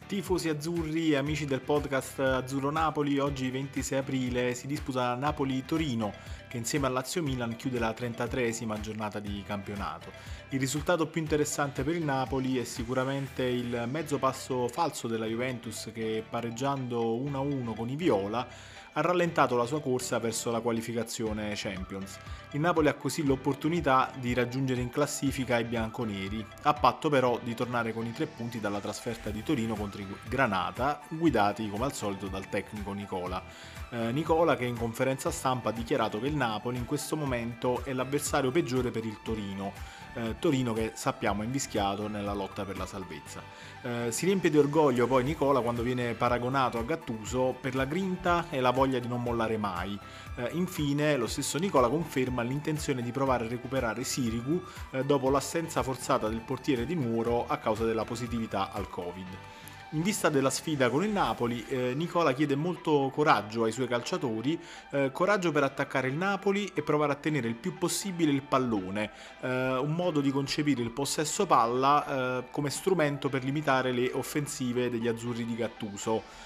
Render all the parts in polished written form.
Tifosi azzurri e amici del podcast Azzurro Napoli, oggi 26 aprile si disputa Napoli-Torino che insieme al Lazio-Milan chiude la 33esima giornata di campionato. Il risultato più interessante per il Napoli è sicuramente il mezzo passo falso della Juventus che pareggiando 1-1 con i Viola ha rallentato la sua corsa verso la qualificazione Champions. Il Napoli ha così l'opportunità di raggiungere in classifica i bianconeri, a patto però di tornare con i 3 punti dalla trasferta di Torino contro i Granata, guidati come al solito dal tecnico Nicola. Nicola che in conferenza stampa ha dichiarato che il Napoli in questo momento è l'avversario peggiore per il Torino. Torino che sappiamo è invischiato nella lotta per la salvezza. Si riempie di orgoglio poi Nicola quando viene paragonato a Gattuso per la grinta e la voglia di non mollare mai. Infine lo stesso Nicola conferma l'intenzione di provare a recuperare Sirigu dopo l'assenza forzata del portiere di Nuoro a causa della positività al Covid. In vista della sfida con il Napoli, Nicola chiede molto coraggio ai suoi calciatori, coraggio per attaccare il Napoli e provare a tenere il più possibile il pallone, un modo di concepire il possesso palla come strumento per limitare le offensive degli azzurri di Gattuso.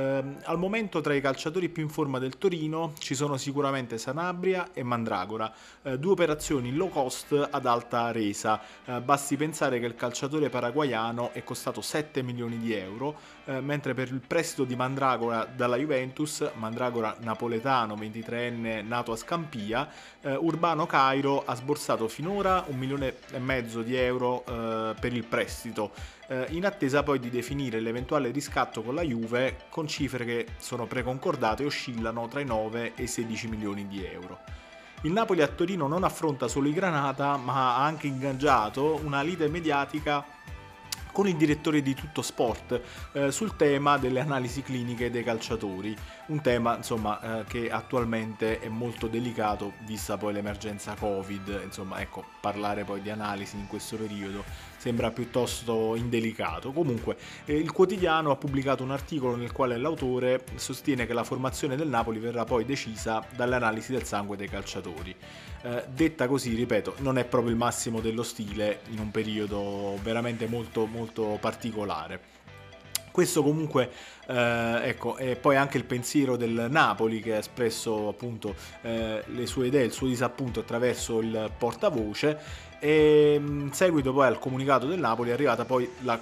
Al momento tra i calciatori più in forma del Torino ci sono sicuramente Sanabria e Mandragora, due operazioni low cost ad alta resa. Basti pensare che il calciatore paraguaiano è costato 7 milioni di euro, mentre per il prestito di Mandragora dalla Juventus, Mandragora napoletano 23enne nato a Scampia, Urbano Cairo ha sborsato finora 1,5 milioni di euro per il prestito, in attesa poi di definire l'eventuale riscatto con la Juve con cifre che sono preconcordate e oscillano tra i 9 e i 16 milioni di euro. Il Napoli a Torino non affronta solo i Granata, ma ha anche ingaggiato una lite mediatica con il direttore di Tutto Sport sul tema delle analisi cliniche dei calciatori, un tema insomma che attualmente è molto delicato vista poi l'emergenza Covid, insomma ecco, parlare poi di analisi in questo periodo sembra piuttosto indelicato. Comunque il quotidiano ha pubblicato un articolo nel quale l'autore sostiene che la formazione del Napoli verrà poi decisa dalle analisi del sangue dei calciatori. Detta così, ripeto, non è proprio il massimo dello stile in un periodo veramente molto molto particolare. Questo comunque, ecco, è poi anche il pensiero del Napoli che ha espresso appunto le sue idee, il suo disappunto attraverso il portavoce, e in seguito poi al comunicato del Napoli è arrivata poi la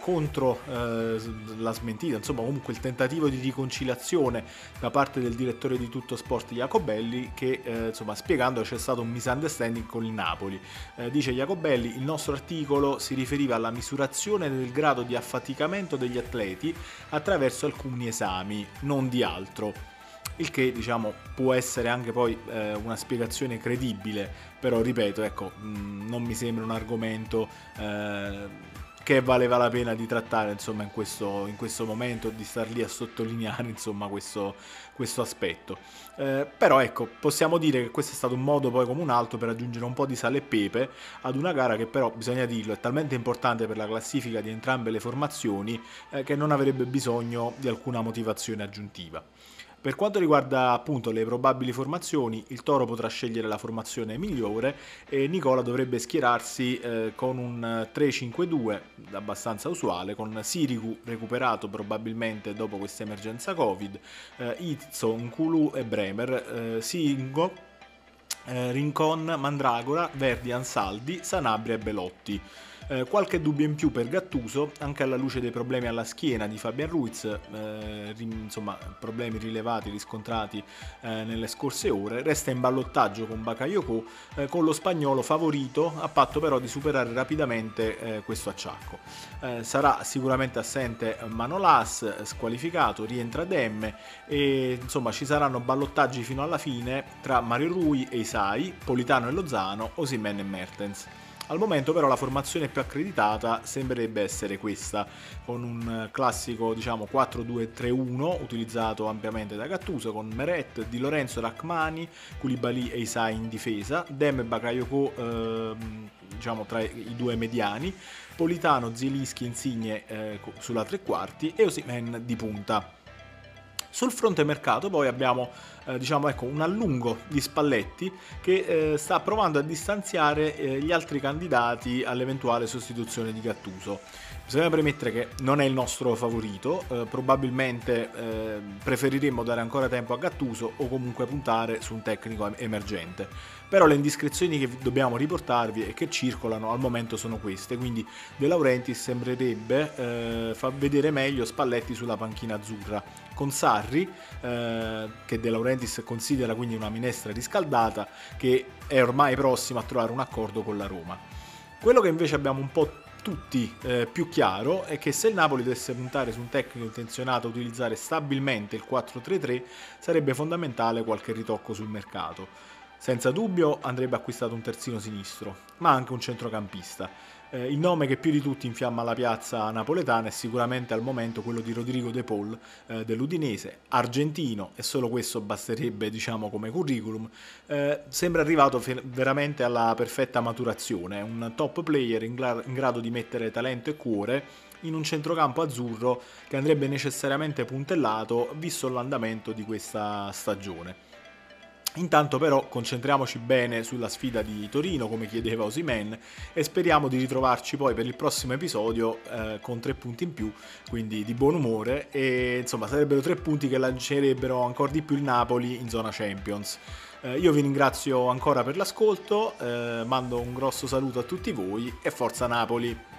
la smentita, insomma comunque il tentativo di riconciliazione da parte del direttore di Tutto Sport Jacobelli che insomma spiegando c'è stato un misunderstanding con il Napoli. Dice Jacobelli: il nostro articolo si riferiva alla misurazione del grado di affaticamento degli atleti attraverso alcuni esami, non di altro. Il che diciamo può essere anche poi una spiegazione credibile, però ripeto, ecco, non mi sembra un argomento che valeva la pena di trattare insomma in questo momento, di star lì a sottolineare insomma questo aspetto. Però ecco, possiamo dire che questo è stato un modo poi come un altro per aggiungere un po' di sale e pepe ad una gara che però, bisogna dirlo, è talmente importante per la classifica di entrambe le formazioni che non avrebbe bisogno di alcuna motivazione aggiuntiva. Per quanto riguarda appunto le probabili formazioni, il Toro potrà scegliere la formazione migliore e Nicola dovrebbe schierarsi con un 3-5-2 abbastanza usuale, con Sirigu recuperato probabilmente dopo questa emergenza Covid, Izzo, Nkulu e Bremer, Singo, Rincon, Mandragora, Verdi, Ansaldi, Sanabria e Belotti. Qualche dubbio in più per Gattuso, anche alla luce dei problemi alla schiena di Fabian Ruiz, insomma problemi rilevati, riscontrati nelle scorse ore. Resta in ballottaggio con Bakayoko, con lo spagnolo favorito, a patto però di superare rapidamente questo acciacco. Sarà sicuramente assente Manolas, squalificato, rientra Demme e insomma ci saranno ballottaggi fino alla fine tra Mario Rui e Isai, Politano e Lozano, Osimhen e Mertens. Al momento però la formazione più accreditata sembrerebbe essere questa, con un classico diciamo 4-2-3-1 utilizzato ampiamente da Gattuso, con Meret, Di Lorenzo, Rachmani, Koulibaly e Isai in difesa, Dem e Bakayoko diciamo tra i due mediani, Politano, Zielinski, Insigne sulla tre quarti e Osimhen di punta. Sul fronte mercato poi abbiamo diciamo, ecco, un allungo di Spalletti che sta provando a distanziare gli altri candidati all'eventuale sostituzione di Gattuso. Bisogna premettere che non è il nostro favorito, probabilmente preferiremmo dare ancora tempo a Gattuso o comunque puntare su un tecnico emergente. Però le indiscrezioni che dobbiamo riportarvi e che circolano al momento sono queste, quindi De Laurentiis sembrerebbe far vedere meglio Spalletti sulla panchina azzurra, con Sarri, che De Laurentiis considera quindi una minestra riscaldata, che è ormai prossimo a trovare un accordo con la Roma. Quello che invece abbiamo un po' tutti più chiaro è che se il Napoli dovesse puntare su un tecnico intenzionato a utilizzare stabilmente il 4-3-3 sarebbe fondamentale qualche ritocco sul mercato. Senza dubbio andrebbe acquistato un terzino sinistro, ma anche un centrocampista. Il nome che più di tutti infiamma la piazza napoletana è sicuramente al momento quello di Rodrigo De Paul dell'Udinese, argentino, e solo questo basterebbe, diciamo, come curriculum. Sembra arrivato veramente alla perfetta maturazione, un top player in grado di mettere talento e cuore in un centrocampo azzurro che andrebbe necessariamente puntellato visto l'andamento di questa stagione. Intanto però concentriamoci bene sulla sfida di Torino, come chiedeva Osimhen, e speriamo di ritrovarci poi per il prossimo episodio con 3 punti in più, quindi di buon umore, e insomma sarebbero 3 punti che lancerebbero ancora di più il Napoli in zona Champions. Io vi ringrazio ancora per l'ascolto, mando un grosso saluto a tutti voi e forza Napoli!